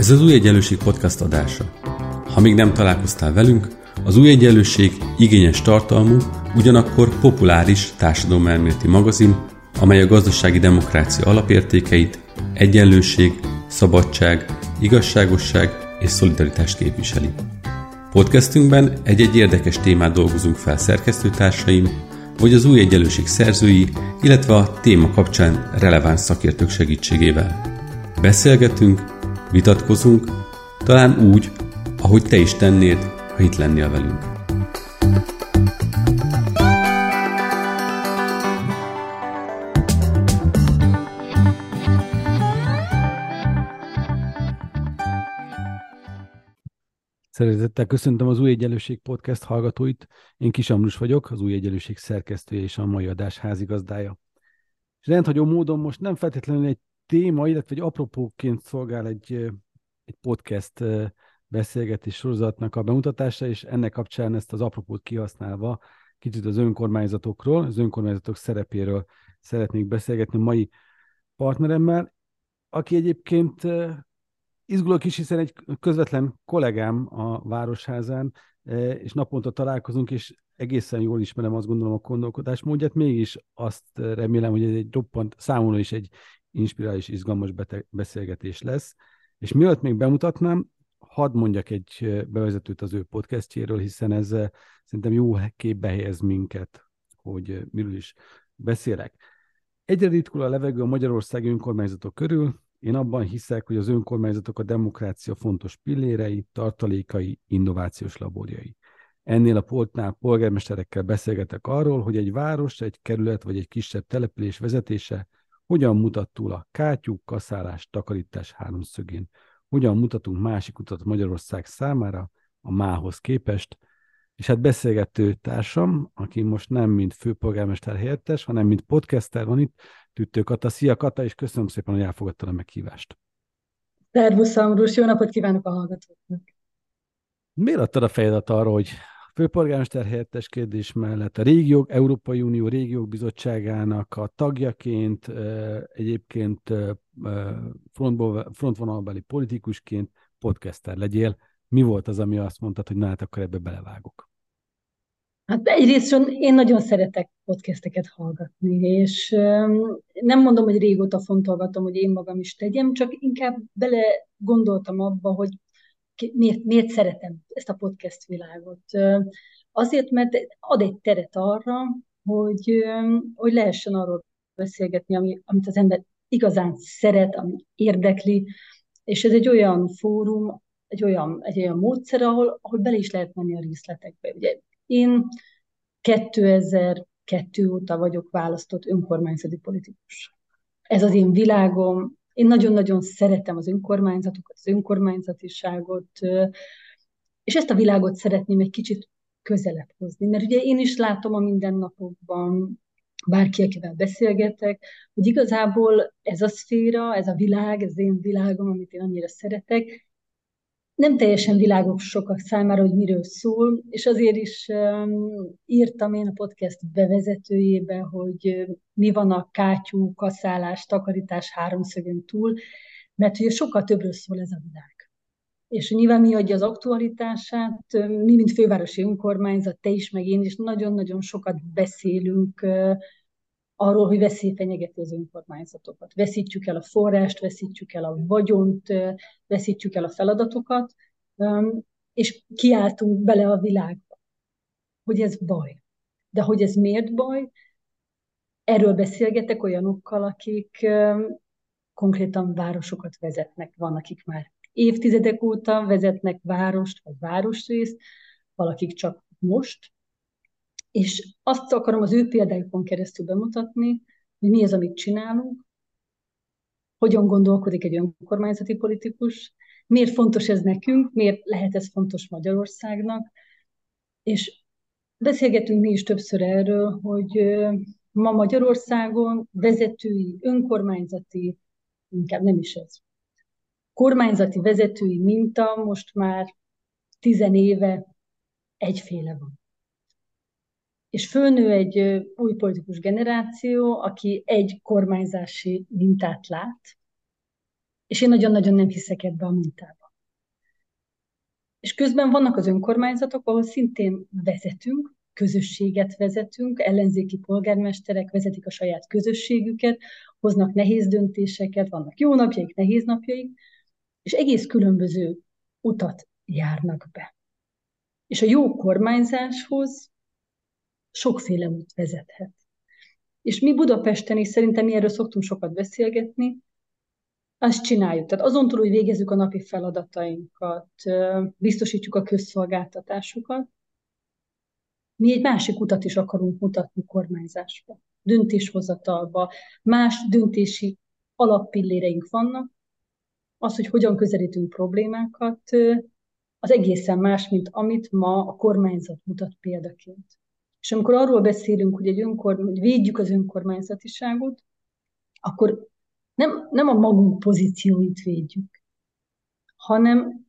Ez az Új Egyenlőség podcast adása. Ha még nem találkoztál velünk, az Új Egyenlőség igényes tartalmú, ugyanakkor populáris társadalomelméleti magazin, amely a gazdasági demokrácia alapértékeit, egyenlőség, szabadság, igazságosság és szolidaritást képviseli. Podcastünkben egy-egy érdekes témát dolgozunk fel szerkesztőtársaim, vagy az Új Egyenlőség szerzői, illetve a téma kapcsán releváns szakértők segítségével. Beszélgetünk, vitatkozunk, talán úgy, ahogy te is tennéd, ha itt lennél velünk. Szeretettel köszöntöm az Új Egyenlőség podcast hallgatóit. Én Kis Ambrus vagyok, az Új Egyenlőség szerkesztője és a mai adás házigazdája. És rendhagyó módon most nem feltétlenül egy téma, illetve egy apropóként szolgál egy podcast beszélgetés sorozatnak a bemutatása, és ennek kapcsán ezt az apropót kihasználva kicsit az önkormányzatokról, az önkormányzatok szerepéről szeretnék beszélgetni a mai partneremmel, aki egyébként izgulok is, hiszen egy közvetlen kollégám a Városházán, és naponta találkozunk, és egészen jól ismerem, azt gondolom, a gondolkodásmódját, mégis azt remélem, hogy ez egy roppant, számomra is egy inspirális, izgalmas beszélgetés lesz. És mielőtt még bemutatnám, hadd mondjak egy bevezetőt az ő podcastjéről, hiszen ez szerintem jó képbe helyez minket, hogy miről is beszélek. Egyre ritkul a levegő a magyarországi önkormányzatok körül. Én abban hiszek, hogy az önkormányzatok a demokrácia fontos pillérei, tartalékai, innovációs laborjai. Ennél a poltnál polgármesterekkel beszélgetek arról, hogy egy város, egy kerület vagy egy kisebb település vezetése hogyan mutat túl a kátyú, kaszálás, takarítás háromszögén. Hogyan mutatunk másik utat Magyarország számára a mához képest. És hát beszélgető társam, aki most nem mint főpolgármester helyettes, hanem mint podcaster van itt, Tüttő Kata. Szia Kata, és köszönöm szépen, hogy elfogadtad a meghívást. Szervusz, Ambrus, jó napot kívánok a hallgatóknak! Miért adtad a fejedet arra, hogy főpolgármester helyettes kérdés mellett a régiók, Európai Unió Régiók Bizottságának a tagjaként, egyébként frontvonalbeli politikusként podcaster legyél? Mi volt az, ami azt mondtad, hogy na hát akkor ebbe belevágok? Hát egyrészt én nagyon szeretek podcasteket hallgatni, és nem mondom, hogy régóta fontolgatom, hogy én magam is tegyem, csak inkább bele gondoltam abba, hogy miért szeretem ezt a podcast világot. Azért, mert ad egy teret arra, hogy lehessen arról beszélgetni, amit az ember igazán szeret, ami érdekli, és ez egy olyan fórum, egy olyan módszer, ahol bele is lehet menni a részletekbe. Ugye én 2002 óta vagyok választott önkormányzati politikus. Ez az én világom. Én nagyon-nagyon szeretem az önkormányzatokat, az önkormányzatiságot, és ezt a világot szeretném egy kicsit közelebb hozni. Mert ugye én is látom a mindennapokban, bárki, akivel beszélgetek, hogy igazából ez a szféra, ez a világ, ez az én világom, amit én annyira szeretek, nem teljesen világos sokak számára, hogy miről szól, és azért is írtam én a podcast bevezetőjébe, hogy mi van a kátyú, kaszálás, takarítás háromszögön túl, mert ugye sokkal többről szól ez a világ. És nyilván mi adja az aktualitását, mi, mint fővárosi önkormányzat, te is, meg én is nagyon-nagyon sokat beszélünk arról, hogy veszély fenyegeti az önkormányzatokat. Veszítjük el a forrást, veszítjük el a vagyont, veszítjük el a feladatokat, és kiáltunk bele a világba, hogy ez baj. De hogy ez miért baj, erről beszélgetek olyanokkal, akik konkrétan városokat vezetnek. Van, akik már évtizedek óta vezetnek várost vagy városrészt, valakik csak most, és azt akarom az ő példájukon keresztül bemutatni, hogy mi az, amit csinálunk, hogyan gondolkodik egy önkormányzati politikus, miért fontos ez nekünk, miért lehet ez fontos Magyarországnak, és beszélgetünk mi is többször erről, hogy ma Magyarországon vezetői, önkormányzati, inkább nem is ez, kormányzati vezetői minta most már 10 éve egyféle van. És fölnő egy új politikus generáció, aki egy kormányzási mintát lát, és én nagyon-nagyon nem hiszek ebbe a mintába. És közben vannak az önkormányzatok, ahol szintén vezetünk, közösséget vezetünk, ellenzéki polgármesterek vezetik a saját közösségüket, hoznak nehéz döntéseket, vannak jó napjaik, nehéz napjaik, és egész különböző utat járnak be. És a jó kormányzáshoz sokféle út vezethet. És mi Budapesten is, szerintem mi erről szoktunk sokat beszélgetni, azt csináljuk. Tehát azon túl, hogy végezzük a napi feladatainkat, biztosítjuk a közszolgáltatásokat, mi egy másik utat is akarunk mutatni kormányzásba, döntéshozatalba. Más döntési alappilléreink vannak, az, hogy hogyan közelítünk problémákat, az egészen más, mint amit ma a kormányzat mutat példaként. És amikor arról beszélünk, hogy védjük az önkormányzatiságot, akkor nem a magunk pozícióit védjük, hanem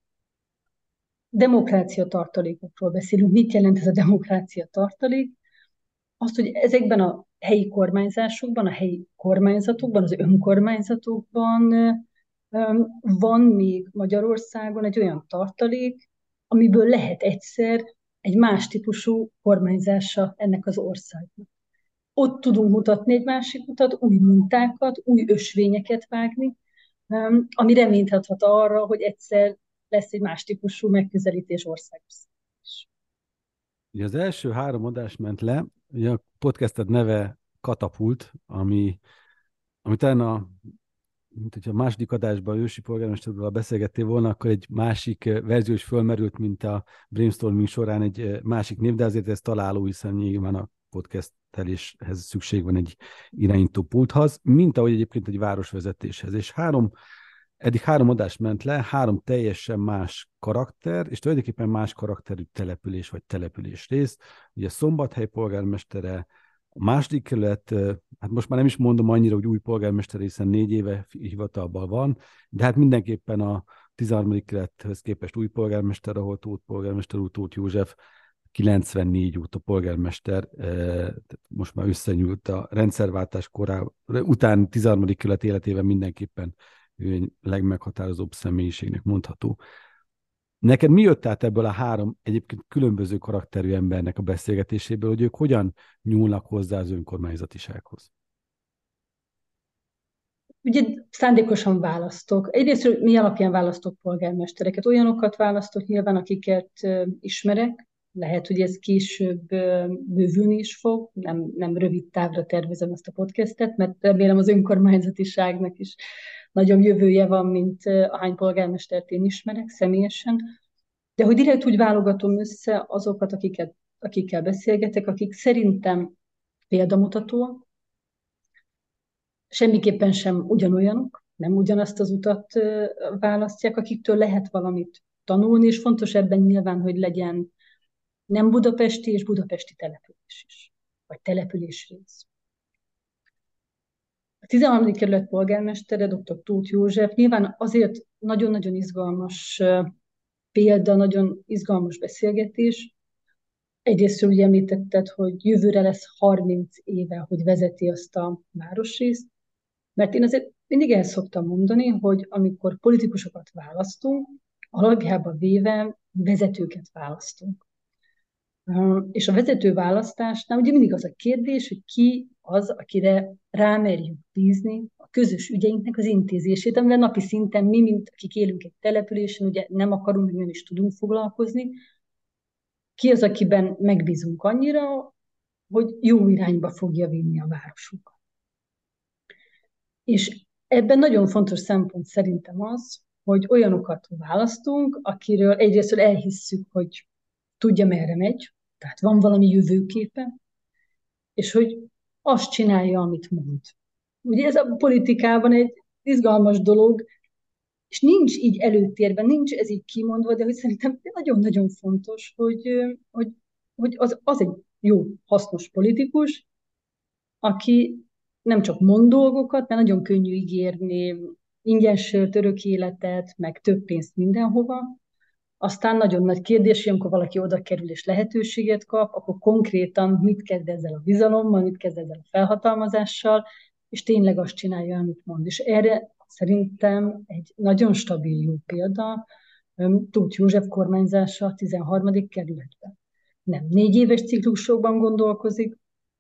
demokrácia tartalékokról beszélünk. Mit jelent ez a demokrácia tartalék? Azt, hogy ezekben a helyi kormányzásokban, a helyi kormányzatokban, az önkormányzatokban van még Magyarországon egy olyan tartalék, amiből lehet egyszer egy más típusú kormányzása ennek az országnak. Ott tudunk mutatni egy másik utat, új mintákat, új ösvényeket vágni, ami reményt adhat arra, hogy egyszer lesz egy más típusú megközelítés országos. Ugye az első 3 adás ment le, ugye a podcasted neve Katapult, ami talán mint hogyha a második adásban ősi polgármesterről beszélgettél volna, akkor egy másik verzió is fölmerült, mint a brainstorming során egy másik név, de azért ez találó, hiszen nyilván a podcasteléshez szükség van egy irányító pulthoz, mint ahogy egyébként egy városvezetéshez. És eddig 3 adás ment le, 3 teljesen más karakter, és tulajdonképpen más karakterű település vagy település rész. Ugye Szombathely polgármestere, a második kerület, hát most már nem is mondom annyira, hogy új polgármester, hiszen 4 éve hivatalban van, de hát mindenképpen a 13. kerülethez képest új polgármester, ahol Tóth polgármester úr, Tóth József 94 óta polgármester, most már összenyúlt a rendszerváltás után 13. kerület életében mindenképpen ő egy legmeghatározóbb személyiségnek mondható. Neked mi jött át ebből a 3 egyébként különböző karakterű embernek a beszélgetéséből, hogy ők hogyan nyúlnak hozzá az önkormányzatisághoz? Ugye szándékosan választok. Egyrészt mi alapján választok polgármestereket? Olyanokat választok nyilván, akiket ismerek. Lehet, hogy ez később bővülni is fog. Nem rövid távra tervezem ezt a podcastet, mert remélem az önkormányzatiságnak is nagyobb jövője van, mint ahány polgármestert én ismerek személyesen. De hogy direkt úgy válogatom össze azokat, akikkel beszélgetek, akik szerintem példamutatóak, semmiképpen sem ugyanolyanok, nem ugyanazt az utat választják, akiktől lehet valamit tanulni, és fontos ebben nyilván, hogy legyen nem budapesti és budapesti település is, vagy településrész. A 13. kerület polgármestere, dr. Tóth József, nyilván azért nagyon-nagyon izgalmas példa, nagyon izgalmas beszélgetés. Egyrészt ugye említetted, hogy jövőre lesz 30 éve, hogy vezeti azt a városrészt, mert én azért mindig el szoktam mondani, hogy amikor politikusokat választunk, alapjában véve vezetőket választunk. És a vezető választásnál ugye mindig az a kérdés, hogy ki az, akire rámerjük bízni a közös ügyeinknek az intézését, amivel napi szinten mi, mint akik élünk egy településen, ugye nem akarunk, nem is tudunk foglalkozni. Ki az, akiben megbízunk annyira, hogy jó irányba fogja vinni a városunkat. És ebben nagyon fontos szempont szerintem az, hogy olyanokat választunk, akiről egyrészt elhisszük, hogy tudja, merre megy, tehát van valami jövőképe, és hogy azt csinálja, amit mond. Ugye ez a politikában egy izgalmas dolog, és nincs így előtérben, nincs ez így kimondva, de hogy szerintem nagyon-nagyon fontos, hogy az egy jó, hasznos politikus, aki nem csak mond dolgokat, mert nagyon könnyű ígérni ingyen sört, örök életet, meg több pénzt mindenhova. Aztán nagyon nagy kérdés, hogy amikor valaki oda kerül és lehetőséget kap, akkor konkrétan mit kezd ezzel a bizalommal, mit kezd ezzel a felhatalmazással, és tényleg azt csinálja, amit mond. És erre szerintem egy nagyon stabil, jó példa Tóth József kormányzása a 13. kerületben. Nem 4 éves ciklusokban gondolkozik,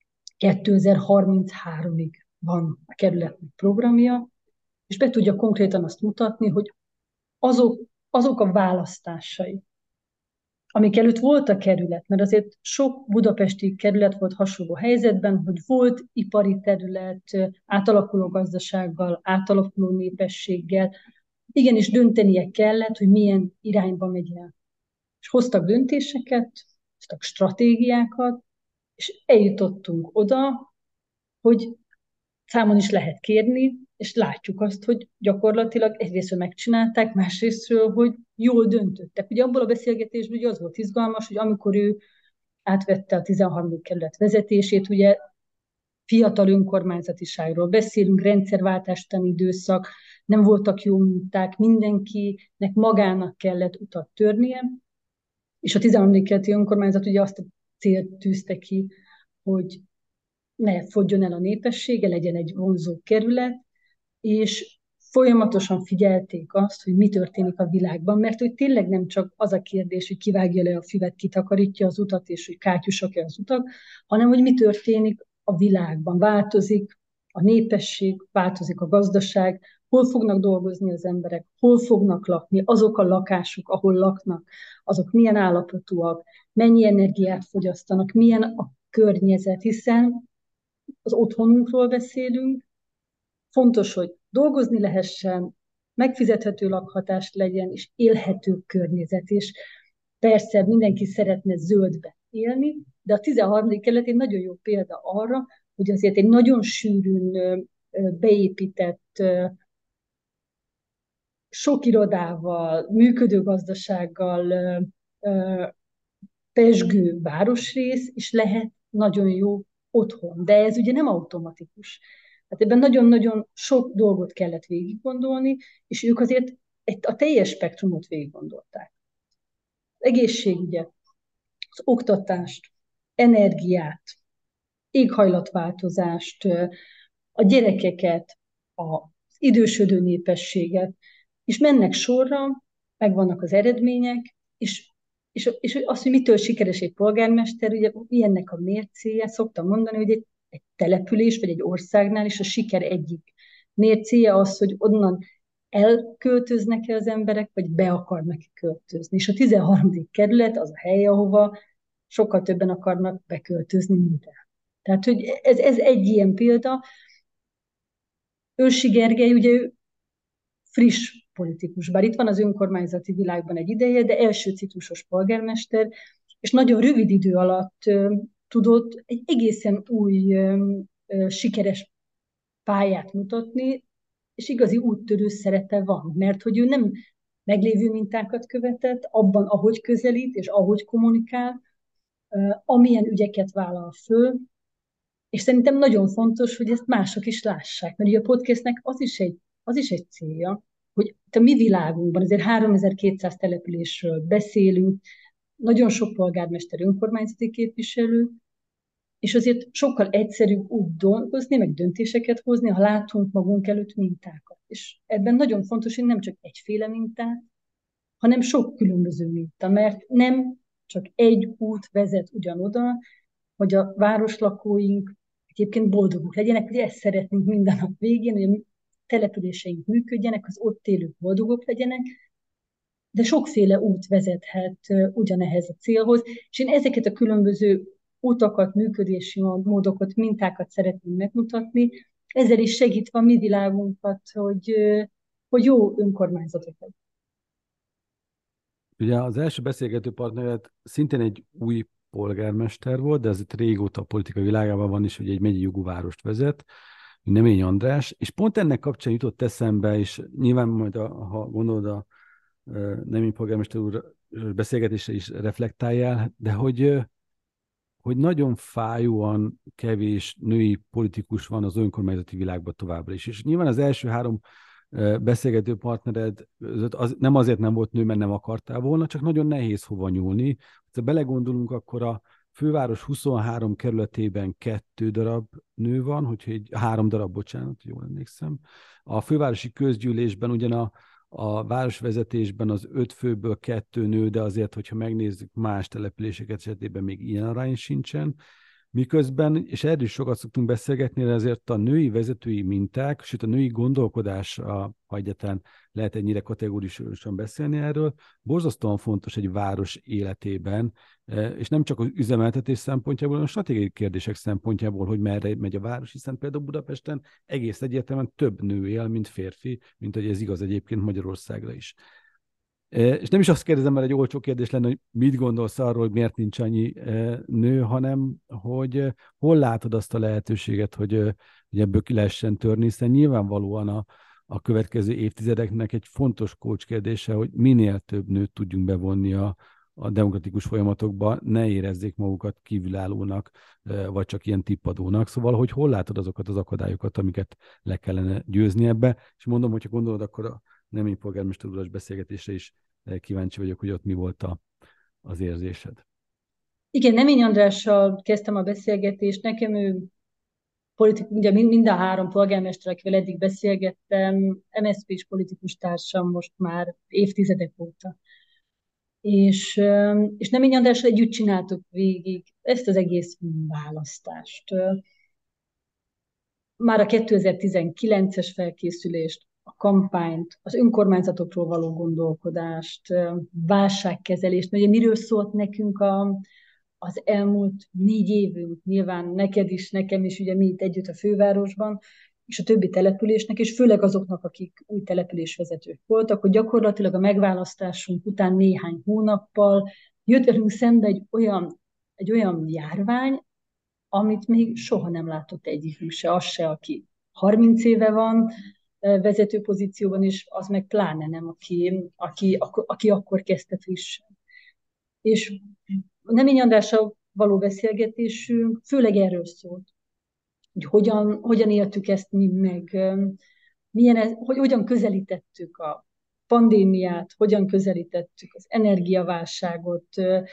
2033-ig van a kerületnek programja, és be tudja konkrétan azt mutatni, hogy azok a választásai, amik előtt volt a kerület, mert azért sok budapesti kerület volt hasonló helyzetben, hogy volt ipari terület, átalakuló gazdasággal, átalakuló népességgel, igenis döntenie kellett, hogy milyen irányba megy el. És hoztak döntéseket, hoztak stratégiákat, és eljutottunk oda, hogy számon is lehet kérni, és látjuk azt, hogy gyakorlatilag egyrésztről megcsinálták, másrésztről, hogy jól döntöttek. Ugye abból a beszélgetésből ugye az volt izgalmas, hogy amikor ő átvette a 13. kerület vezetését, ugye fiatal önkormányzatiságról beszélünk, rendszerváltástani időszak, nem voltak jó minták, mindenkinek magának kellett utat törnie, és a 13. kerületi önkormányzat ugye azt a célt tűzte ki, hogy ne fogjon el a népessége, legyen egy vonzó kerület, és folyamatosan figyelték azt, hogy mi történik a világban, mert hogy tényleg nem csak az a kérdés, hogy kivágja le a füvet, kitakarítja az utat, és hogy kátyusak-e az utak, hanem hogy mi történik a világban. Változik a népesség, változik a gazdaság, hol fognak dolgozni az emberek, hol fognak lakni, azok a lakások, ahol laknak, azok milyen állapotúak, mennyi energiát fogyasztanak, milyen a környezet, hiszen az otthonunkról beszélünk, fontos, hogy dolgozni lehessen, megfizethető lakhatás legyen, és élhető környezet. És persze mindenki szeretne zöldbe élni, de a 13. kerület egy nagyon jó példa arra, hogy azért egy nagyon sűrűn beépített, sok irodával, működő gazdasággal pezsgő városrész, és lehet nagyon jó otthon. De ez ugye nem automatikus. Hát ebben nagyon-nagyon sok dolgot kellett végiggondolni, és ők azért a teljes spektrumot végiggondolták. Az egészségügyet, az oktatást, energiát, éghajlatváltozást, a gyerekeket, az idősödő népességet, és mennek sorra, megvannak az eredmények, és az, hogy mitől sikeres egy polgármester, ugye ilyennek a mércéje, szoktam mondani, hogy egy település vagy egy országnál is a siker egyik mércéje az, hogy onnan elköltöznek-e az emberek, vagy be akarnak-e költözni. És a 13. kerület az a hely, ahova sokkal többen akarnak beköltözni, mint el. Tehát, hogy ez egy ilyen példa. Őrsi Gergely, ugye ő friss politikus, bár itt van az önkormányzati világban egy ideje, de első ciklusos polgármester, és nagyon rövid idő alatt tudott egy egészen új, sikeres pályát mutatni, és igazi úttörő szerepe van, mert hogy ő nem meglévő mintákat követett, abban, ahogy közelít, és ahogy kommunikál, amilyen ügyeket vállal föl, és szerintem nagyon fontos, hogy ezt mások is lássák, mert ugye a podcastnek az is egy célja, hogy a mi világunkban, azért 3200 településről beszélünk, nagyon sok polgármester, önkormányzati képviselő, és azért sokkal egyszerűbb úgy dolgozni, meg döntéseket hozni, ha látunk magunk előtt mintákat. És ebben nagyon fontos, hogy nem csak egyféle mintát, hanem sok különböző minta, mert nem csak egy út vezet ugyanoda, hogy a városlakóink egyébként boldogok legyenek, hogy ezt szeretnénk minden nap végén, hogy a településeink működjenek, az ott élők boldogok legyenek, de sokféle út vezethet ugyanehhez a célhoz, és én ezeket a különböző utakat, működési módokat, mintákat szeretném megmutatni, ezzel is segítve a mi világunkat, hogy jó önkormányzatok legyenek. Ugye az első beszélgető partnered szintén egy új polgármester volt, de ez itt régóta a politika világában van is, hogy egy megyei jogú várost vezet, Nemény András, és pont ennek kapcsán jutott eszembe, és nyilván majd, ha gondolod, a Nemény polgármester úr beszélgetésre is reflektáljál, de hogy nagyon fájóan kevés női politikus van az önkormányzati világban továbbra is. És nyilván az első 3 beszélgető partnered nem azért nem volt nő, mert nem akartál volna, csak nagyon nehéz hova nyúlni. Ha belegondolunk, akkor a főváros 23 kerületében 2 darab nő van, hogyha 3 darab, bocsánat, jól emlékszem. A fővárosi közgyűlésben ugyan a városvezetésben az 5 főből 2 nő, de azért, hogyha megnézzük más települések esetében még ilyen arány sincsen. Miközben, és erről is sokat szoktunk beszélgetni, de azért a női vezetői minták, sőt a női gondolkodás, ha egyáltalán lehet ennyire kategórikusan beszélni erről, borzasztóan fontos egy város életében, és nem csak az üzemeltetés szempontjából, hanem a stratégiai kérdések szempontjából, hogy merre megy a város, hiszen például Budapesten egész egyértelműen több nő él, mint férfi, mint hogy ez igaz egyébként Magyarországra is. És nem is azt kérdezem, mert egy olcsó kérdés lenne, hogy mit gondolsz arról, hogy miért nincs annyi nő, hanem hogy hol látod azt a lehetőséget, hogy ebből ki lehessen törni, hiszen nyilvánvalóan a következő évtizedeknek egy fontos kulcskérdése, hogy minél több nőt tudjunk bevonni a demokratikus folyamatokba, ne érezzék magukat kívülállónak, vagy csak ilyen tippadónak. Szóval, hogy hol látod azokat az akadályokat, amiket le kellene győzni ebbe, és mondom, hogyha gondolod, akkor a Nemény polgármester uras beszélgetésre is kíváncsi vagyok, hogy ott mi volt az érzésed. Igen, Nemény Andrással kezdtem a beszélgetést, nekem ő ugye mind a 3 polgármester, akivel eddig beszélgettem, MSZP-s politikus társam most már évtizedek óta. És Nemény Andrással együtt csináltuk végig ezt az egész választást. Már a 2019-es felkészülést, a kampányt, az önkormányzatokról való gondolkodást, válságkezelést, ugye miről szólt nekünk az elmúlt 4 évünk, nyilván neked is, nekem is, ugye mi itt együtt a fővárosban, és a többi településnek, és főleg azoknak, akik új településvezetők voltak, hogy gyakorlatilag a megválasztásunk után néhány hónappal jött velünk szembe egy olyan járvány, amit még soha nem látott egyikünk se, az se, aki 30 éve van vezető pozícióban, és az meg pláne nem, aki akkor kezdte frissen. És Nemény Andrással való beszélgetésünk főleg erről szólt, hogy hogyan éltük ezt mi meg, hogy hogyan közelítettük a pandémiát, hogyan közelítettük az energiaválságot,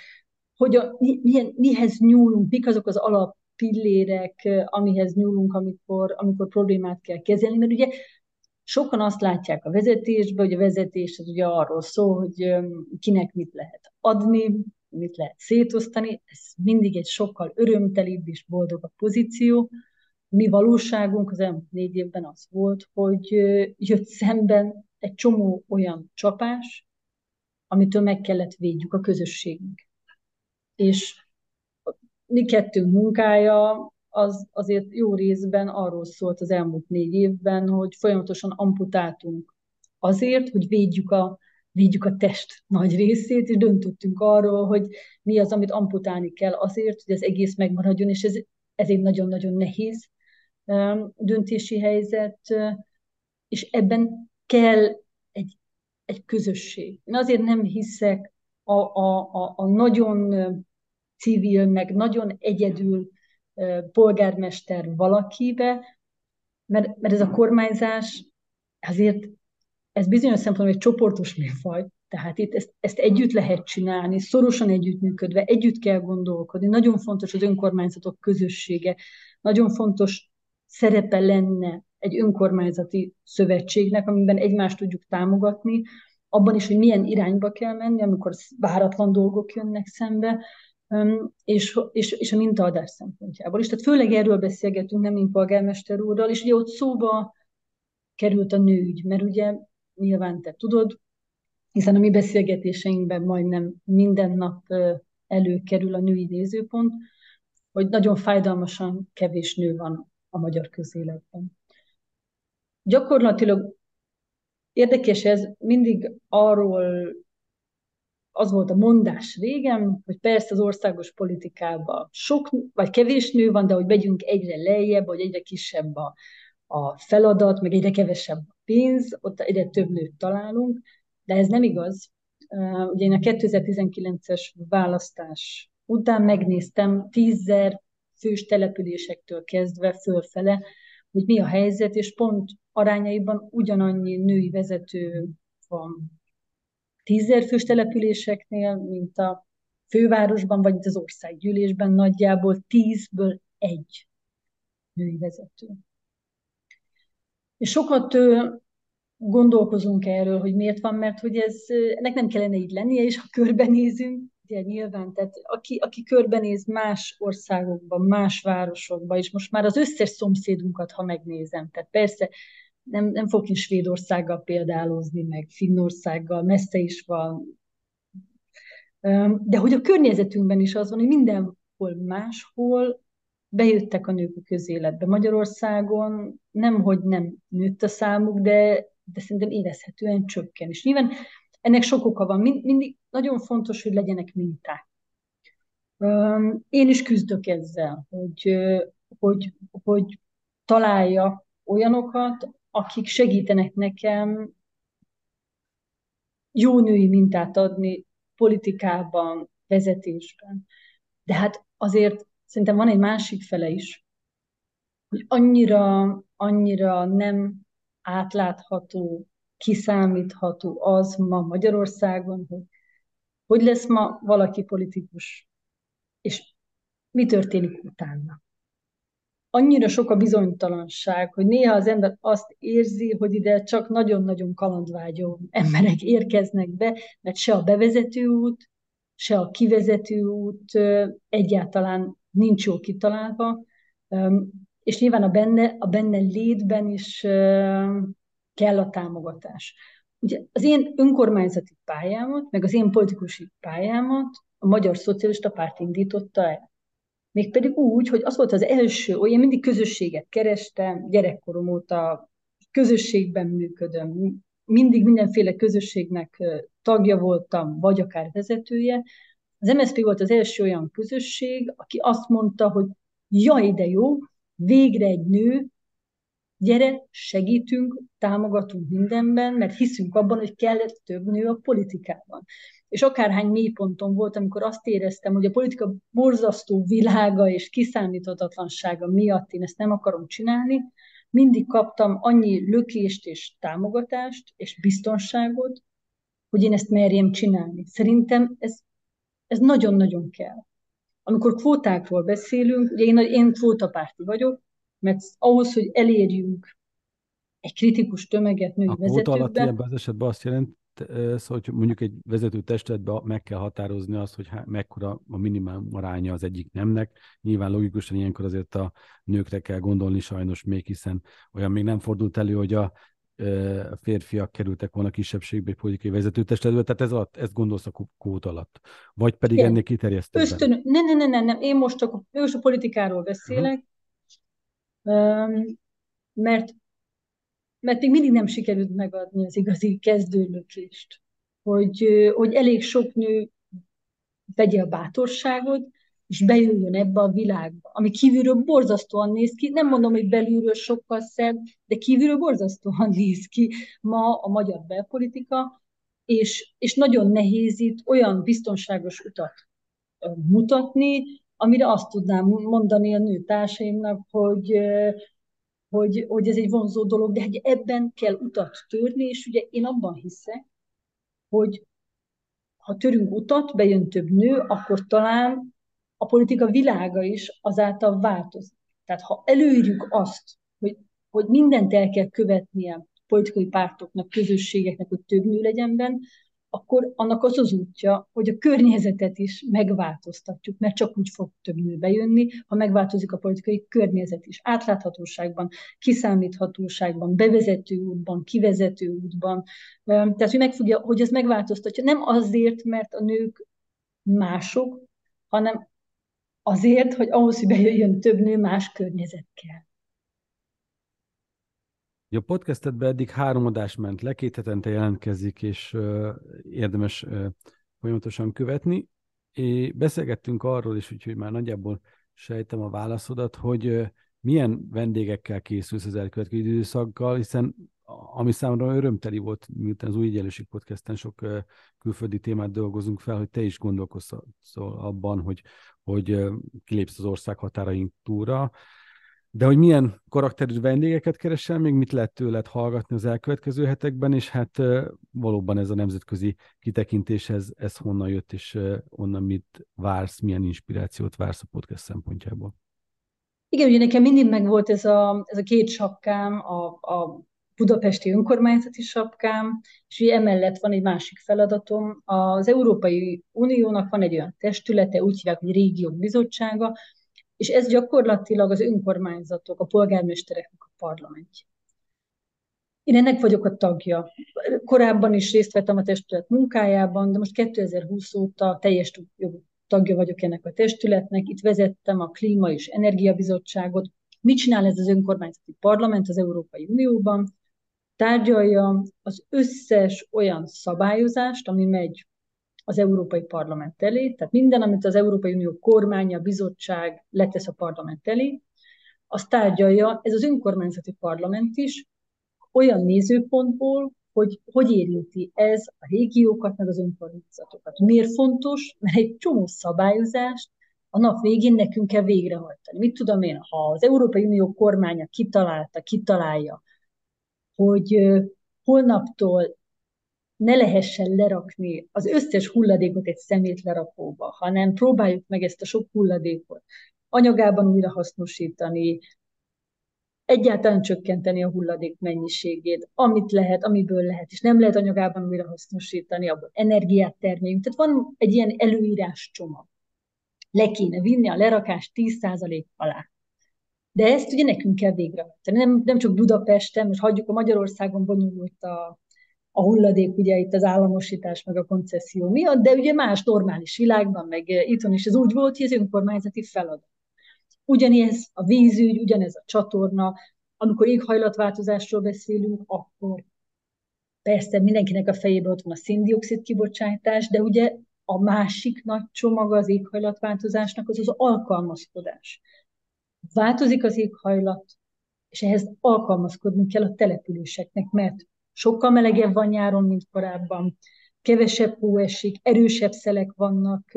mihez nyúlunk, mik azok az alappillérek, amihez nyúlunk, amikor problémát kell kezelni, mert ugye sokan azt látják a vezetésben, hogy a vezetés az ugye arról szól, hogy kinek mit lehet adni, mit lehet szétosztani, ez mindig egy sokkal örömtelibb és boldogabb pozíció. Mi valóságunk az elmúlt 4 évben az volt, hogy jött szemben egy csomó olyan csapás, amitől meg kellett védjük a közösségünk. És mi kettőnk munkája az azért jó részben arról szólt az elmúlt 4 évben, hogy folyamatosan amputáltunk azért, hogy védjük a test nagy részét, és döntöttünk arról, hogy mi az, amit amputálni kell azért, hogy az egész megmaradjon, és ez egy nagyon-nagyon nehéz döntési helyzet, és ebben kell egy közösség. Én azért nem hiszek a nagyon civil, meg nagyon egyedül polgármester valakibe, mert ez a kormányzás azért, ez bizonyos szempontból egy csoportos műfaj, tehát itt ezt együtt lehet csinálni, szorosan együttműködve, együtt kell gondolkodni, nagyon fontos az önkormányzatok közössége, nagyon fontos szerepe lenne egy önkormányzati szövetségnek, amiben egymást tudjuk támogatni, abban is, hogy milyen irányba kell menni, amikor váratlan dolgok jönnek szembe, és a mintaadás szempontjából is. Tehát főleg erről beszélgetünk, nem mint polgármester úrral, és ugye ott szóba került a nőügy, mert ugye nyilván te tudod, hiszen a mi beszélgetéseinkben majdnem minden nap előkerül a női nézőpont, hogy nagyon fájdalmasan kevés nő van a magyar közéletben. Gyakorlatilag érdekes ez, mindig arról az volt a mondás régen, hogy persze az országos politikában sok vagy kevés nő van, de hogy megyünk egyre lejjebb, vagy egyre kisebb a feladat, meg egyre kevesebb a pénz, ott egyre több nőt találunk, de ez nem igaz. Ugye én a 2019-es választás után megnéztem 10.000 fős településektől kezdve fölfele, hogy mi a helyzet, és pont arányaiban ugyanannyi női vezető van 10.000 fős településeknél, mint a fővárosban, vagy az országgyűlésben nagyjából 10-ből 1 női vezető. És sokat gondolkozunk erről, hogy miért van, mert hogy ennek nem kellene így lennie, és ha körbenézünk, ugye nyilván, tehát aki körbenéz más országokban, más városokban, és most már az összes szomszédunkat, ha megnézem, tehát persze nem fogok én Svédországgal példálozni, meg Finnországgal, messze is van, de hogy a környezetünkben is az van, hogy mindenhol máshol bejöttek a nők a közéletbe. Magyarországon nemhogy nem nőtt a számuk, de szerintem érezhetően csökken. És nyilván ennek sok oka van. Mindig nagyon fontos, hogy legyenek minták. Én is küzdök ezzel, hogy, hogy találja olyanokat, akik segítenek nekem jó női mintát adni politikában, vezetésben. De hát azért szerintem van egy másik fele is, hogy annyira nem átlátható, kiszámítható az ma Magyarországon, hogy lesz ma valaki politikus, és mi történik utána. Annyira sok a bizonytalanság, hogy néha az ember azt érzi, hogy ide csak nagyon-nagyon kalandvágyó emberek érkeznek be, mert se a bevezető út, se a kivezető út egyáltalán nincs jól kitalálva, és nyilván a benne létben is kell a támogatás. Ugye az én önkormányzati pályámat, meg az én politikusi pályámat a Magyar Szocialista Párt indította el. Mégpedig úgy, hogy az volt az első, olyan mindig közösséget kerestem, gyerekkorom óta közösségben működöm, mindig mindenféle közösségnek tagja voltam, vagy akár vezetője. Az MSZP volt az első olyan közösség, aki azt mondta, hogy jaj, de jó, végre egy nő, gyere, segítünk, támogatunk mindenben, mert hiszünk abban, hogy kell több nő a politikában. És akárhány mélyponton volt, amikor azt éreztem, hogy a politika borzasztó világa és kiszámíthatatlansága miatt én ezt nem akarom csinálni, mindig kaptam annyi lökést és támogatást és biztonságot, hogy én ezt merjem csinálni. Szerintem ez nagyon-nagyon kell. Amikor kvótákról beszélünk, ugye én kvótapárti vagyok, mert ahhoz, hogy elérjünk egy kritikus tömeget női A kvóta alatt vezetőkben, ebben az esetben azt jelenti, hogy mondjuk egy vezető testületben meg kell határozni azt, hogy mekkora a minimum aránya az egyik nemnek. Nyilván logikusan ilyenkor azért a nőkre kell gondolni sajnos még, hiszen olyan még nem fordult elő, hogy a férfiak kerültek volna kisebbségbe egy politikai vezetőtestületbe, tehát ezt gondolsz a kvóta alatt. Vagy pedig igen, ennél kiterjesztebben. nem, én most csak a politikáról beszélek, mert még mindig nem sikerült megadni az igazi kezdőlökést, hogy elég sok nő vegye a bátorságot, és bejöjjön ebbe a világba, ami kívülről borzasztóan néz ki. Nem mondom, hogy belülről sokkal szebb, de kívülről borzasztóan néz ki ma a magyar belpolitika, és nagyon nehéz itt olyan biztonságos utat mutatni, amire azt tudnám mondani a nőtársaimnak, hogy ez egy vonzó dolog, de hogy ebben kell utat törni, és ugye én abban hiszek, hogy ha törünk utat, bejön több nő, akkor talán a politika világa is azáltal változik. Tehát ha előírjuk azt, hogy mindent el kell követnie politikai pártoknak, közösségeknek, hogy több nő legyen benne, akkor annak az az útja, hogy a környezetet is megváltoztatjuk, mert csak úgy fog több nő bejönni, ha megváltozik a politikai környezet is. Átláthatóságban, kiszámíthatóságban, bevezető útban, kivezető útban. Tehát, hogy ez megváltoztatja. Nem azért, mert a nők mások, hanem azért, hogy ahhoz, hogy bejöjjön több nő, más környezet kell. A podcastedben eddig 3 adás ment le, 2 hetente jelentkezik, és érdemes folyamatosan követni. Beszélgettünk arról is, úgyhogy már nagyjából sejtem a válaszodat, hogy milyen vendégekkel készülsz az elkövetkező időszakkal, hiszen ami számomra örömteli volt, miután az Új Egyenlőség podcasten sok külföldi témát dolgozunk fel, hogy te is gondolkozol abban, hogy kilépsz az ország határain túlra. De hogy milyen karakterű vendégeket keresel, még mit lehet tőled hallgatni az elkövetkező hetekben, és hát valóban ez a nemzetközi kitekintés, ez honnan jött, és onnan mit vársz, milyen inspirációt vársz a podcast szempontjából? Igen, ugye nekem mindig megvolt ez a két sapkám, a budapesti önkormányzati sapkám, és ugye emellett van egy másik feladatom. Az Európai Uniónak van egy olyan testülete, úgy hívják, hogy Régiók Bizottsága, és ez gyakorlatilag az önkormányzatok, a polgármestereknek a parlamentje. Én ennek vagyok a tagja. Korábban is részt vettem a testület munkájában, de most 2020 óta teljes jogú tagja vagyok ennek a testületnek. Itt vezettem a Klíma és Energiabizottságot. Mit csinál ez az önkormányzati parlament az Európai Unióban? Tárgyalja az összes olyan szabályozást, ami megy az Európai Parlament elé, tehát minden, amit az Európai Unió kormánya, bizottság letesz a parlament elé, azt tárgyalja ez az önkormányzati parlament is, olyan nézőpontból, hogy érinti ez a régiókat, meg az önkormányzatokat. Miért fontos? Mert egy csomó szabályozást a nap végén nekünk kell végrehajtani. Mit tudom én, ha az Európai Unió kormánya kitalálja, hogy holnaptól ne lehessen lerakni az összes hulladékot egy szemétlerakóba, hanem próbáljuk meg ezt a sok hulladékot anyagában újrahasznosítani, egyáltalán csökkenteni a hulladék mennyiségét, amit lehet, amiből lehet, és nem lehet anyagában újrahasznosítani, abból energiát termeljünk. Tehát van egy ilyen előírás csomag. Le kéne vinni a lerakást 10% alá. De ezt ugye nekünk kell végrehajtani. Nem csak Budapesten, most hagyjuk a Magyarországon bonyolult a hulladék, ugye itt az államosítás meg a koncesszió miatt, de ugye más normális világban, meg itthon is ez úgy volt, hogy ez önkormányzati feladat. Ugyanez a vízügy, ugyanez a csatorna, amikor éghajlatváltozásról beszélünk, akkor persze mindenkinek a fejében ott van a szén-dioxid kibocsátás, de ugye a másik nagy csomaga az éghajlatváltozásnak az alkalmazkodás. Változik az éghajlat, és ehhez alkalmazkodni kell a településeknek, mert sokkal melegebb van nyáron, mint korábban, kevesebb hó esik, erősebb szelek vannak,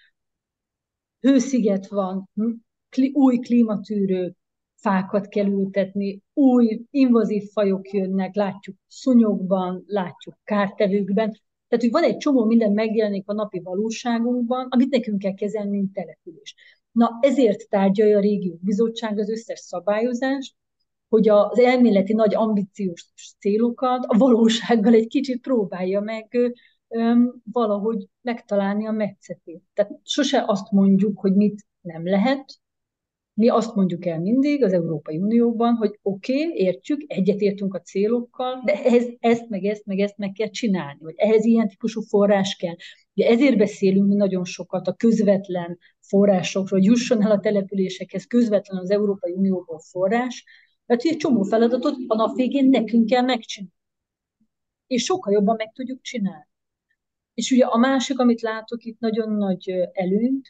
hősziget van, új klímatűrő fákat kell ültetni, új invazív fajok jönnek, látjuk szúnyogban, látjuk kártevőkben. Tehát, hogy van egy csomó minden megjelenik a napi valóságunkban, amit nekünk kell kezelni, mint település. Na, ezért tárgyalja a Régiók Bizottság az összes szabályozást, hogy az elméleti nagy ambíciós célokat a valósággal egy kicsit próbálja meg valahogy megtalálni a metszetét. Tehát sose azt mondjuk, hogy mit nem lehet. Mi azt mondjuk el mindig az Európai Unióban, hogy oké, értjük, egyetértünk a célokkal, de ezt meg kell csinálni, vagy ehhez ilyen típusú forrás kell. Ugye ezért beszélünk mi nagyon sokat a közvetlen forrásokról, hogy jusson el a településekhez közvetlen az Európai Unióból forrás, mert hogy egy csomó feladatot a nap végén nekünk kell megcsinálni. És sokkal jobban meg tudjuk csinálni. És ugye a másik, amit látok itt nagyon nagy előnyt,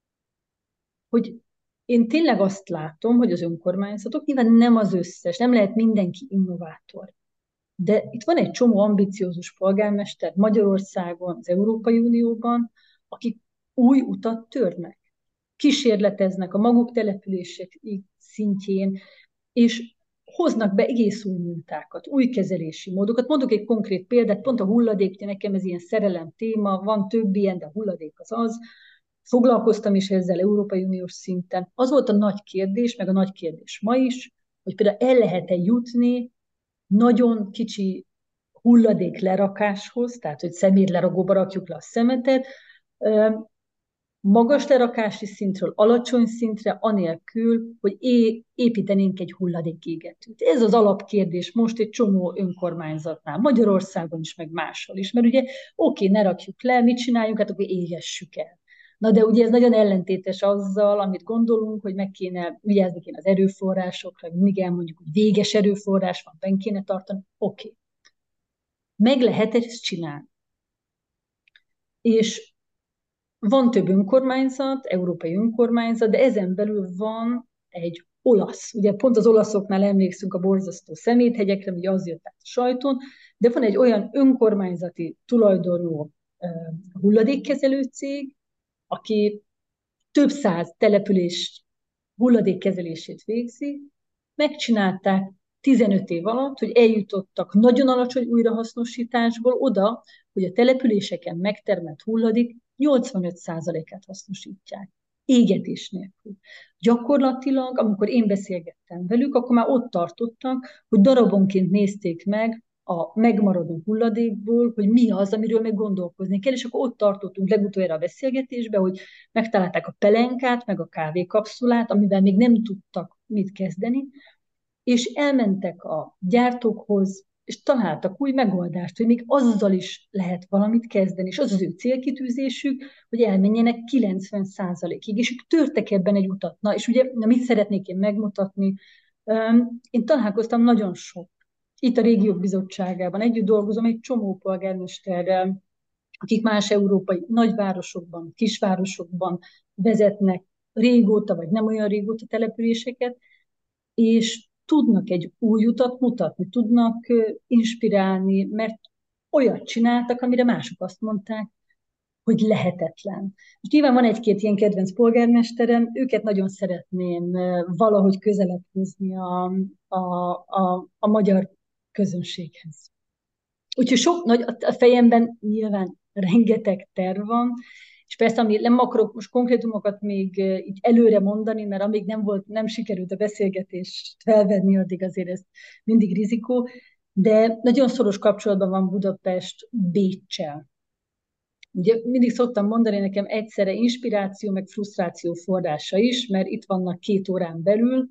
hogy én tényleg azt látom, hogy az önkormányzatok, nyilván nem az összes, nem lehet mindenki innovátor, de itt van egy csomó ambiciózus polgármester Magyarországon, az Európai Unióban, akik új utat törnek, kísérleteznek a maguk települések szintjén, és hoznak be egész új mintákat, új kezelési módokat. Mondok egy konkrét példát, pont a hulladék, ugye nekem ez ilyen szerelem téma, van több ilyen, de a hulladék az. Foglalkoztam is ezzel Európai Uniós szinten. Az volt a nagy kérdés, meg a nagy kérdés ma is, hogy például el lehet-e jutni nagyon kicsi hulladék lerakáshoz, tehát hogy szemétlerakóba rakjuk le a szemetet, magas lerakási szintről alacsony szintre, anélkül, hogy építenénk egy hulladékégetőt. Ez az alapkérdés most egy csomó önkormányzatnál, Magyarországon is, meg máshol is, mert ugye oké, ne rakjuk le, mit csináljunk, hát akkor égessük el. Na de ugye ez nagyon ellentétes azzal, amit gondolunk, hogy vigyázni kéne az erőforrásokra, mindig elmondjuk, hogy véges erőforrás van, benn kéne tartani, oké. Meg lehet ezt csinálni. És van több önkormányzat, európai önkormányzat, de ezen belül van egy olasz. Ugye pont az olaszoknál emlékszünk a borzasztó szeméthegyekre, ugye az jött át a sajton, de van egy olyan önkormányzati tulajdonú hulladékkezelő cég, aki több száz település hulladékkezelését végzi, megcsinálták 15 év alatt, hogy eljutottak nagyon alacsony újrahasznosításból oda, hogy a településeken megtermelt hulladék 85%-át hasznosítják. égetés nélkül. Gyakorlatilag, amikor én beszélgettem velük, akkor már ott tartottak, hogy darabonként nézték meg a megmaradó hulladékból, hogy mi az, amiről még gondolkozni kell, és akkor ott tartottunk legutoljára a beszélgetésbe, hogy megtalálták a pelenkát, meg a kávékapszulát, amivel még nem tudtak mit kezdeni, és elmentek a gyártókhoz, és találtak új megoldást, hogy még azzal is lehet valamit kezdeni, és az az ő célkitűzésük, hogy elmenjenek 90%-ig, és ők törtek ebben egy utat. Na, és ugye, mit szeretnék én megmutatni? Én találkoztam nagyon sok. Itt a Régiók Bizottságában együtt dolgozom egy csomó polgármesterrel, akik más európai nagyvárosokban, kisvárosokban vezetnek régóta, vagy nem olyan régóta településeket, és tudnak egy új utat mutatni, tudnak inspirálni, mert olyat csináltak, amire mások azt mondták, hogy lehetetlen. És nyilván van egy-két ilyen kedvenc polgármesterem, őket nagyon szeretném valahogy közelebb hozni a magyar közönséghez. Úgyhogy sok nagy, a fejemben nyilván rengeteg terv van, és persze, ami nem akarok most konkrétumokat még így előre mondani, mert amíg nem sikerült a beszélgetést felvenni, addig azért ez mindig rizikó, de nagyon szoros kapcsolatban van Budapest Béccsel. Ugye mindig szoktam mondani, nekem egyszerre inspiráció, meg frusztráció forrása is, mert itt vannak 2 órán belül,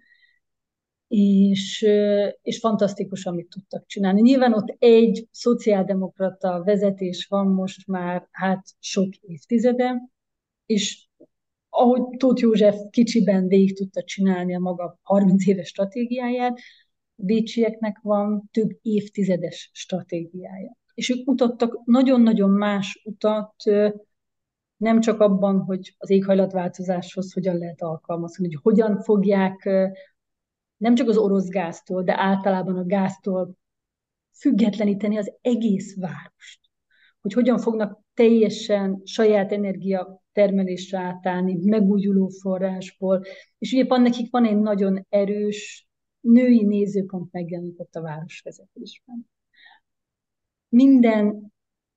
és fantasztikus, amit tudtak csinálni. Nyilván ott egy szociáldemokrata vezetés van most már sok évtizede, és ahogy Tóth József kicsiben végig tudta csinálni a maga 30 éves stratégiáját, a bécsieknek van több évtizedes stratégiája. És ők mutattak nagyon-nagyon más utat, nem csak abban, hogy az éghajlatváltozáshoz hogyan lehet alkalmazni, hogy hogyan fogják nem csak az orosz gáztól, de általában a gáztól függetleníteni az egész várost. Hogy hogyan fognak teljesen saját energiatermelésre átállni, megújuló forrásból. És ugye nekik van egy nagyon erős női nézőpont megjelenített a városvezetésben. Minden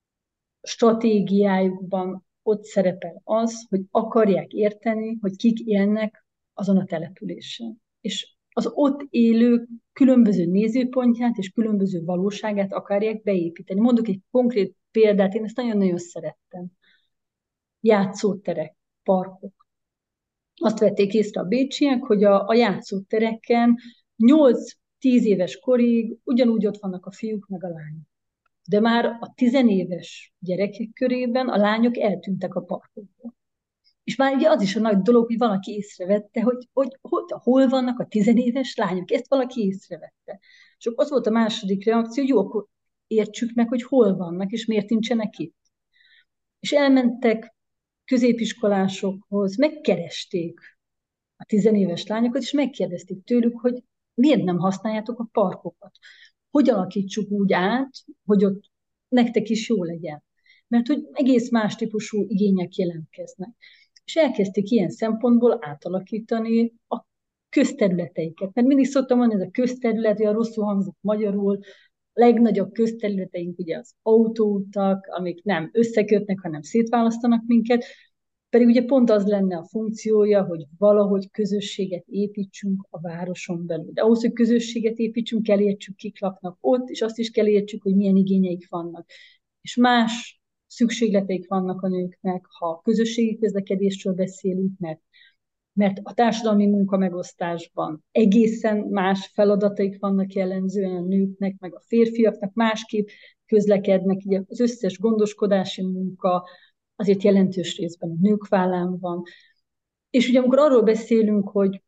stratégiájukban ott szerepel az, hogy akarják érteni, hogy kik élnek azon a településen. És az ott élők különböző nézőpontját és különböző valóságát akarják beépíteni. Mondok egy konkrét példát, én ezt nagyon-nagyon szerettem. Játszóterek, parkok. Azt vették észre a bécsiek, hogy a játszótereken 8-10 éves korig ugyanúgy ott vannak a fiúk meg a lányok. De már a 10 éves gyerekek körében a lányok eltűntek a parkokból. És már ugye az is a nagy dolog, hogy valaki észrevette, hogy hol vannak a 10 éves lányok. Ezt valaki észrevette. És akkor az volt a második reakció, hogy jó, akkor értsük meg, hogy hol vannak, és miért nincsenek itt. És elmentek középiskolásokhoz, megkeresték a 10 éves lányokat, és megkérdezték tőlük, hogy miért nem használjátok a parkokat. Hogy alakítsuk úgy át, hogy ott nektek is jó legyen. Mert hogy egész más típusú igények jelentkeznek. És elkezdték ilyen szempontból átalakítani a közterületeiket. Mert mindig szoktam mondani, ez a közterület, olyan rosszul hangzik magyarul, legnagyobb közterületeink ugye az autóutak, amik nem összekötnek, hanem szétválasztanak minket, pedig ugye pont az lenne a funkciója, hogy valahogy közösséget építsünk a városon belül. De ahhoz, hogy közösséget építsünk, kell értsük, kik laknak ott, és azt is kell értsük, hogy milyen igényeik vannak. És más szükségleteik vannak a nőknek, ha közösségi közlekedésről beszélünk, mert a társadalmi munkamegosztásban egészen más feladataik vannak jellemzően a nőknek, meg a férfiaknak másképp közlekednek, ugye az összes gondoskodási munka azért jelentős részben a nők vállán van. És ugye amikor arról beszélünk, hogy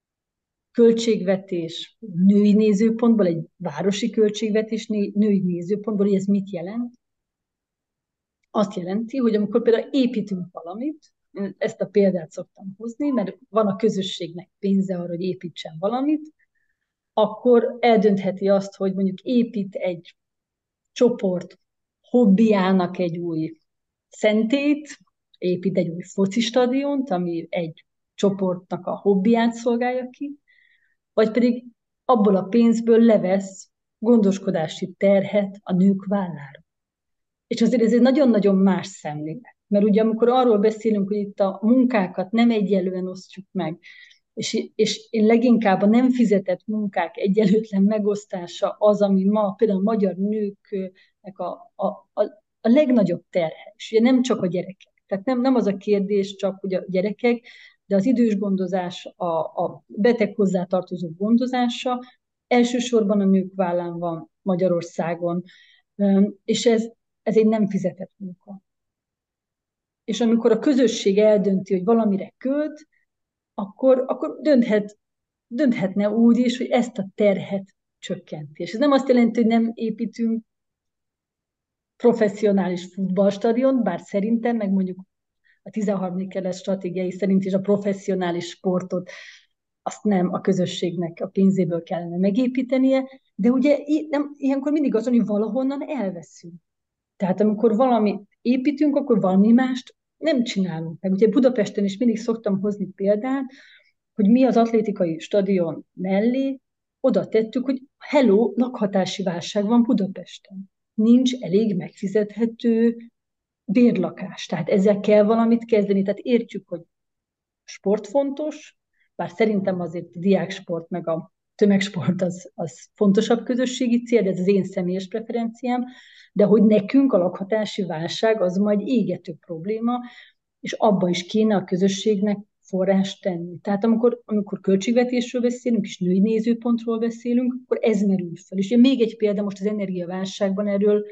költségvetés női nézőpontból, egy városi költségvetés női nézőpontból, hogy ez mit jelent? Azt jelenti, hogy amikor például építünk valamit, ezt a példát szoktam hozni, mert van a közösségnek pénze arra, hogy építsen valamit, akkor eldöntheti azt, hogy mondjuk épít egy csoport hobbiának egy új szentét, épít egy új focistadiont, ami egy csoportnak a hobbiát szolgálja ki, vagy pedig abból a pénzből levesz gondoskodási terhet a nők vállára. És azért ez egy nagyon-nagyon más szemlélet. Mert ugye amikor arról beszélünk, hogy itt a munkákat nem egyenlően osztjuk meg, és én leginkább a nem fizetett munkák egyenlőtlen megosztása az, ami ma például a magyar nőknek a legnagyobb terhe. És ugye nem csak a gyerekek. Tehát nem az a kérdés csak, hogy a gyerekek, de az idős gondozás, a beteg hozzátartozó gondozása elsősorban a nők vállán van Magyarországon, és ez egy nem fizetett munka. És amikor a közösség eldönti, hogy valamire költ, akkor dönthetne úgy is, hogy ezt a terhet csökkenti. És ez nem azt jelenti, hogy nem építünk professzionális futballstadiont, bár szerintem, meg mondjuk a 13. kerület stratégiai szerint is a professzionális sportot azt nem a közösségnek a pénzéből kellene megépítenie, de ugye ilyenkor mindig az, hogy valahonnan elveszünk. Tehát amikor valamit építünk, akkor valami mást nem csinálunk meg. Ugye Budapesten is mindig szoktam hozni példát, hogy mi az atlétikai stadion mellé oda tettük, hogy hello, lakhatási válság van Budapesten. Nincs elég megfizethető bérlakás. Tehát ezzel kell valamit kezdeni. Tehát értjük, hogy sport fontos, bár szerintem azért a diáksport meg a tömegsport az fontosabb közösségi cél, de ez az én személyes preferenciám, de hogy nekünk a lakhatási válság az majd égető probléma, és abba is kéne a közösségnek forrást tenni. Tehát amikor költségvetésről beszélünk, és női nézőpontról beszélünk, akkor ez merül fel. És még egy példa most az energiaválságban erről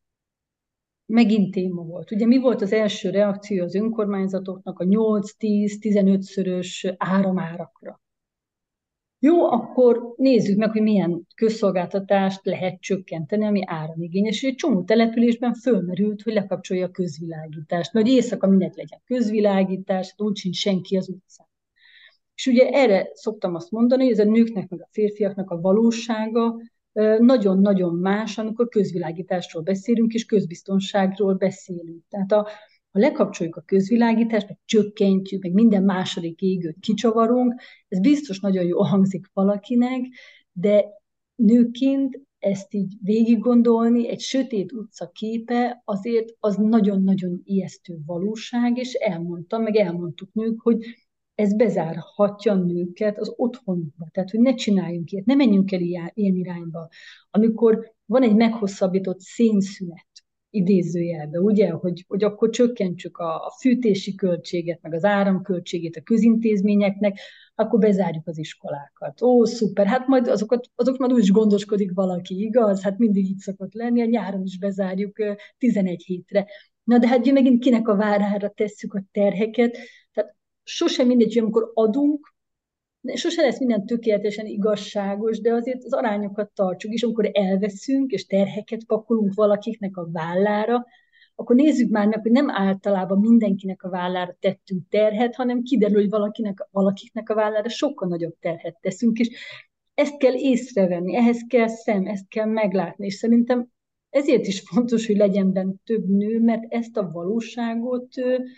megint téma volt. Ugye mi volt az első reakció az önkormányzatoknak a 8-10-15-szörös áramárakra? Jó, akkor nézzük meg, hogy milyen közszolgáltatást lehet csökkenteni, ami áramigényes. És egy csomó településben fölmerült, hogy lekapcsolja a közvilágítást. Mert éjszaka minek legyen közvilágítás, úgy sincs senki az utcán. És ugye erre szoktam azt mondani, hogy ez a nőknek meg a férfiaknak a valósága nagyon-nagyon más, amikor közvilágításról beszélünk, és közbiztonságról beszélünk. Tehát ha lekapcsoljuk a közvilágítást, meg csökkentjük, meg minden második égőt kicsavarunk, ez biztos nagyon jól hangzik valakinek, de nőként ezt így végig gondolni, egy sötét utca képe azért az nagyon-nagyon ijesztő valóság, és elmondtuk nők, hogy ez bezárhatja a nőket az otthonukba. Tehát, hogy ne csináljunk ilyet, ne menjünk el ilyen irányba. Amikor van egy meghosszabbított szénszünet, idézőjelbe, ugye, hogy akkor csökkentsük a fűtési költséget, meg az áramköltségét a közintézményeknek, akkor bezárjuk az iskolákat. Ó, szuper, hát majd azok majd úgy is gondoskodik valaki, igaz? Hát mindig így szokott lenni, a nyáron is bezárjuk 11 hétre. Na de hát megint kinek a várára tesszük a terheket, tehát sosem mindegy, hogy amikor adunk, sosem lesz minden tökéletesen igazságos, de azért az arányokat tartsuk, és amikor elveszünk, és terheket pakolunk valakiknek a vállára, akkor nézzük már meg, hogy nem általában mindenkinek a vállára tettünk terhet, hanem kiderül, hogy valakiknek a vállára sokkal nagyobb terhet teszünk, és ezt kell észrevenni, ehhez kell ezt kell meglátni, és szerintem ezért is fontos, hogy legyen benne több nő, mert ezt a valóságot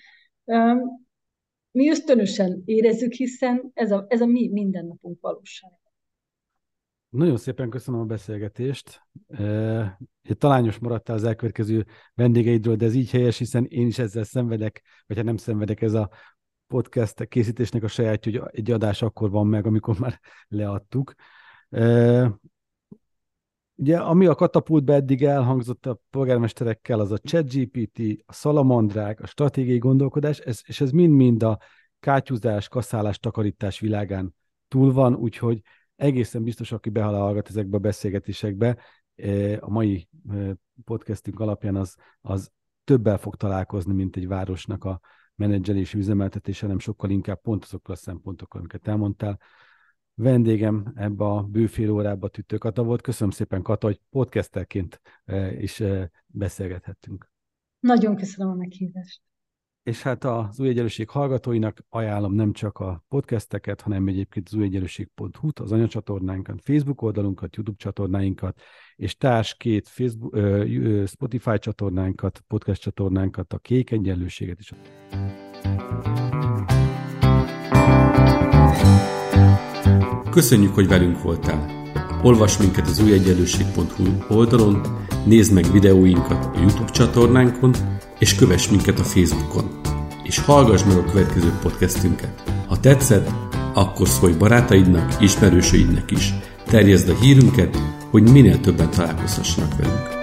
mi ösztönösen érezzük, hiszen ez a mi mindennapunk valóság. Nagyon szépen köszönöm a beszélgetést. Talányos maradtál az elkövetkező vendégeidről, de ez így helyes, hiszen én is ezzel szenvedek, vagy ha nem szenvedek, ez a podcast készítésnek a sajátja, hogy egy adás akkor van meg, amikor már leadtuk. Ugye, ami a katapultban eddig elhangzott a polgármesterekkel, az a ChatGPT, a szalamandrák, a stratégiai gondolkodás, és ez mind-mind a kátyúzás, kaszálás, takarítás világán túl van, úgyhogy egészen biztos, aki hallgat ezekbe a beszélgetésekbe, a mai podcastünk alapján az többel fog találkozni, mint egy városnak a menedzselési üzemeltetése, hanem sokkal inkább pont azokkal a szempontokkal, amiket elmondtál. Vendégem ebbe a bőfél órába Tüttő Kata volt. Köszönöm szépen, Kata, hogy podcasterként is beszélgethettünk. Nagyon köszönöm a meghívást. És hát az Új Egyenlőség hallgatóinak ajánlom nem csak a podcasteket, hanem egyébként az újegyenlőség.hu-t, az anyacsatornánkat, Facebook oldalunkat, YouTube csatornáinkat, és társ két Spotify csatornánkat, podcast csatornánkat, a Kék Egyenlőséget is. Köszönjük, hogy velünk voltál! Olvasd minket az újegyenlőség.hu oldalon, nézd meg videóinkat a YouTube csatornánkon, és kövess minket a Facebookon. És hallgass meg a következő podcastünket. Ha tetszett, akkor szólj barátaidnak, ismerősöidnek is. Terjeszd a hírünket, hogy minél többen találkozhassanak velünk.